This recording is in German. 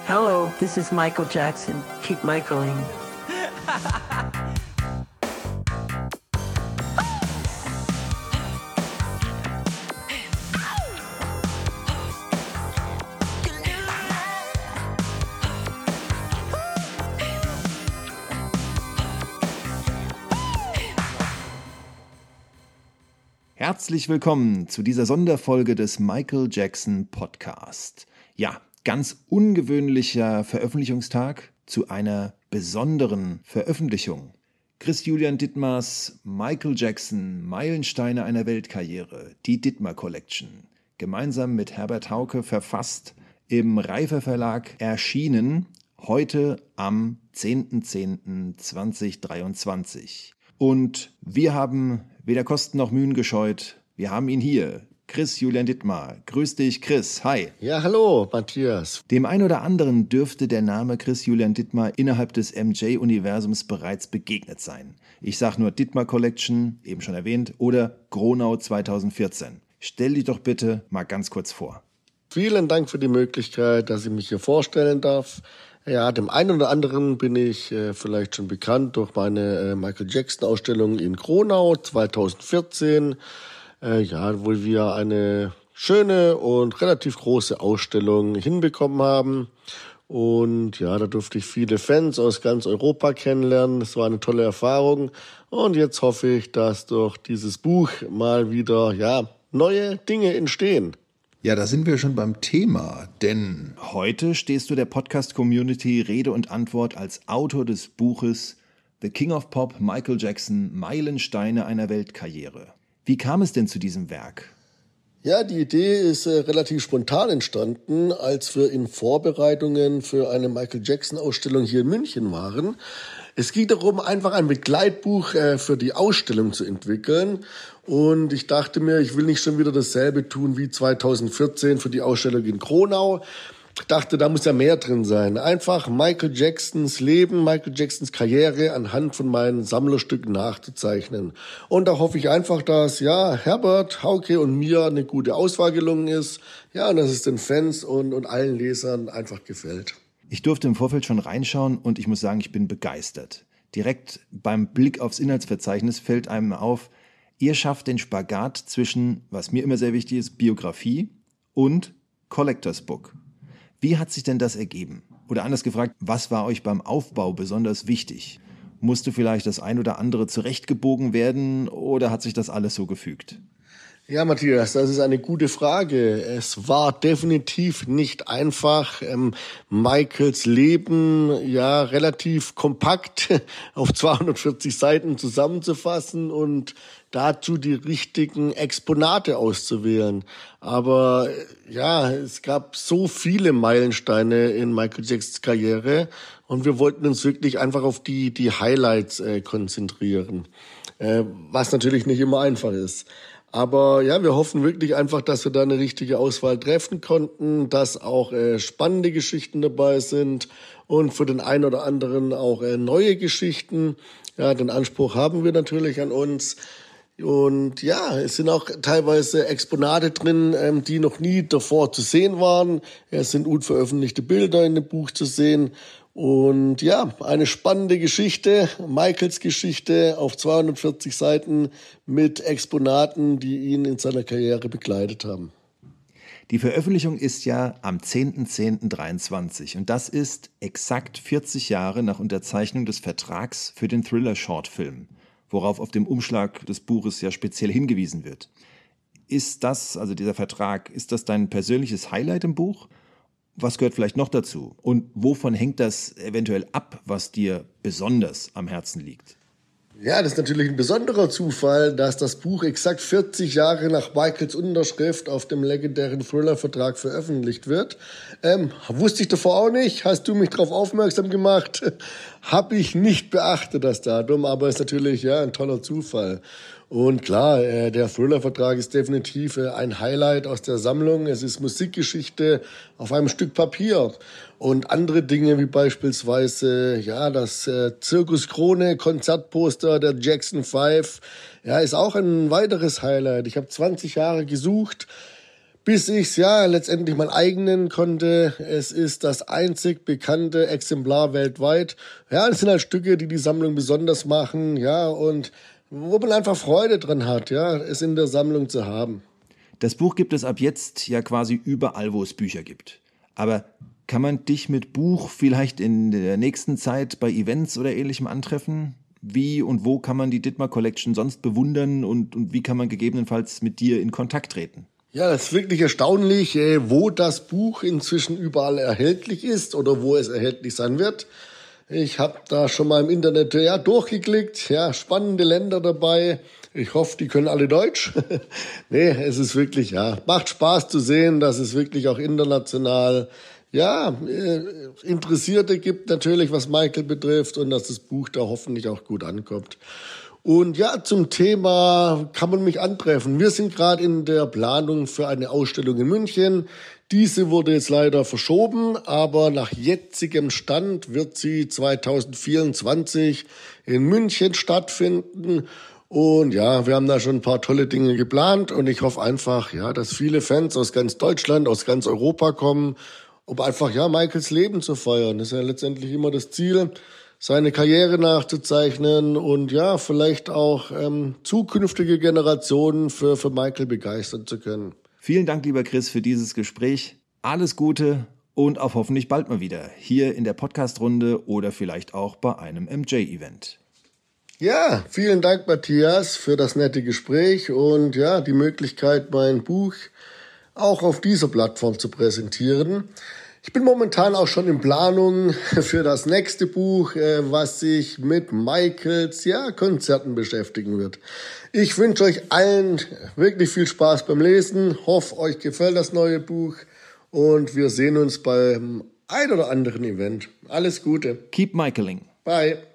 Hello, this is Michael Jackson. Keep Michaeling. Herzlich willkommen zu dieser Sonderfolge des Michael Jackson Podcast. Ja, ganz ungewöhnlicher Veröffentlichungstag zu einer besonderen Veröffentlichung. Chris Julian Dittmars Michael Jackson Meilensteine einer Weltkarriere, die Dittmar Collection, gemeinsam mit Herbert Hauke verfasst, im Reifer Verlag erschienen, heute am 10.10.2023. Und wir haben weder Kosten noch Mühen gescheut. Wir haben ihn hier, Chris Julian Dittmar. Grüß dich, Chris. Hi. Ja, hallo, Matthias. Dem einen oder anderen dürfte der Name Chris Julian Dittmar innerhalb des MJ-Universums bereits begegnet sein. Ich sage nur Dittmar Collection, eben schon erwähnt, oder Gronau 2014. Stell dich doch bitte mal ganz kurz vor. Vielen Dank für die Möglichkeit, dass ich mich hier vorstellen darf. Ja, dem einen oder anderen bin ich vielleicht schon bekannt durch meine Michael Jackson-Ausstellung in Gronau 2014. Wo wir eine schöne und relativ große Ausstellung hinbekommen haben. Und ja, da durfte ich viele Fans aus ganz Europa kennenlernen. Das war eine tolle Erfahrung. Und jetzt hoffe ich, dass durch dieses Buch mal wieder neue Dinge entstehen. Ja, da sind wir schon beim Thema, denn heute stehst du der Podcast-Community Rede und Antwort als Autor des Buches The King of Pop, Michael Jackson, Meilensteine einer Weltkarriere. Wie kam es denn zu diesem Werk? Ja, die Idee ist relativ spontan entstanden, als wir in Vorbereitungen für eine Michael Jackson-Ausstellung hier in München waren. Es ging darum, einfach ein Begleitbuch für die Ausstellung zu entwickeln. Und ich dachte mir, ich will nicht schon wieder dasselbe tun wie 2014 für die Ausstellung in Gronau. Ich dachte, da muss ja mehr drin sein. Einfach Michael Jacksons Leben, Michael Jacksons Karriere anhand von meinen Sammlerstücken nachzuzeichnen. Und da hoffe ich einfach, dass Herbert, Hauke und mir eine gute Auswahl gelungen ist. Ja, und dass es den Fans und allen Lesern einfach gefällt. Ich durfte im Vorfeld schon reinschauen und ich muss sagen, ich bin begeistert. Direkt beim Blick aufs Inhaltsverzeichnis fällt einem auf, ihr schafft den Spagat zwischen, was mir immer sehr wichtig ist, Biografie und Collectors Book. Wie hat sich denn das ergeben? Oder anders gefragt, was war euch beim Aufbau besonders wichtig? Musste vielleicht das ein oder andere zurechtgebogen werden oder hat sich das alles so gefügt? Ja, Matthias, das ist eine gute Frage. Es war definitiv nicht einfach, Michaels Leben relativ kompakt auf 240 Seiten zusammenzufassen und dazu die richtigen Exponate auszuwählen. Aber es gab so viele Meilensteine in Michael Jacksons Karriere und wir wollten uns wirklich einfach auf die Highlights konzentrieren, was natürlich nicht immer einfach ist. Aber wir hoffen wirklich einfach, dass wir da eine richtige Auswahl treffen konnten, dass auch spannende Geschichten dabei sind und für den einen oder anderen auch neue Geschichten. Ja, den Anspruch haben wir natürlich an uns. Und es sind auch teilweise Exponate drin, die noch nie davor zu sehen waren. Es sind unveröffentlichte Bilder in dem Buch zu sehen. Und eine spannende Geschichte, Michaels Geschichte auf 240 Seiten mit Exponaten, die ihn in seiner Karriere begleitet haben. Die Veröffentlichung ist ja am 10.10.23 und das ist exakt 40 Jahre nach Unterzeichnung des Vertrags für den Thriller-Shortfilm, worauf auf dem Umschlag des Buches ja speziell hingewiesen wird. Ist das, also dieser Vertrag, ist das dein persönliches Highlight im Buch? Was gehört vielleicht noch dazu? Und wovon hängt das eventuell ab, was dir besonders am Herzen liegt? Ja, das ist natürlich ein besonderer Zufall, dass das Buch exakt 40 Jahre nach Michaels Unterschrift auf dem legendären Thriller-Vertrag veröffentlicht wird. Wusste ich davor auch nicht. Hast du mich darauf aufmerksam gemacht? Habe ich nicht beachtet, das Datum, aber ist natürlich ein toller Zufall. Und klar, der Thriller-Vertrag ist definitiv ein Highlight aus der Sammlung. Es ist Musikgeschichte auf einem Stück Papier. Und andere Dinge wie beispielsweise das Zirkus Krone Konzertposter der Jackson 5 ist auch ein weiteres Highlight. Ich habe 20 Jahre gesucht, bis ich es ja letztendlich mal eigen nennen konnte. Es ist das einzig bekannte Exemplar weltweit. Ja, das sind halt Stücke, die die Sammlung besonders machen, ja, und wo man einfach Freude dran hat, ja, es in der Sammlung zu haben. Das Buch gibt es ab jetzt ja quasi überall, wo es Bücher gibt. Aber kann man dich mit Buch vielleicht in der nächsten Zeit bei Events oder Ähnlichem antreffen? Wie und wo kann man die Dittmar Collection sonst bewundern und wie kann man gegebenenfalls mit dir in Kontakt treten? Ja, das ist wirklich erstaunlich, wo das Buch inzwischen überall erhältlich ist oder wo es erhältlich sein wird. Ich habe da schon mal im Internet durchgeklickt, spannende Länder dabei. Ich hoffe, die können alle Deutsch. Nee, es ist wirklich, macht Spaß zu sehen, dass es wirklich auch international, Interessierte gibt natürlich, was Michael betrifft und dass das Buch da hoffentlich auch gut ankommt. Und ja, zum Thema kann man mich antreffen. Wir sind gerade in der Planung für eine Ausstellung in München. Diese wurde jetzt leider verschoben, aber nach jetzigem Stand wird sie 2024 in München stattfinden. Und ja, wir haben da schon ein paar tolle Dinge geplant und ich hoffe einfach, dass viele Fans aus ganz Deutschland, aus ganz Europa kommen, um einfach, Michaels Leben zu feiern. Das ist ja letztendlich immer das Ziel, seine Karriere nachzuzeichnen und vielleicht auch zukünftige Generationen für Michael begeistern zu können. Vielen Dank, lieber Chris, für dieses Gespräch. Alles Gute und auf hoffentlich bald mal wieder hier in der Podcast-Runde oder vielleicht auch bei einem MJ-Event. Ja, vielen Dank, Matthias, für das nette Gespräch und die Möglichkeit, mein Buch auch auf dieser Plattform zu präsentieren. Ich bin momentan auch schon in Planung für das nächste Buch, was sich mit Michaels Konzerten beschäftigen wird. Ich wünsche euch allen wirklich viel Spaß beim Lesen, hoffe, euch gefällt das neue Buch und wir sehen uns beim ein oder anderen Event. Alles Gute. Keep Michaeling. Bye.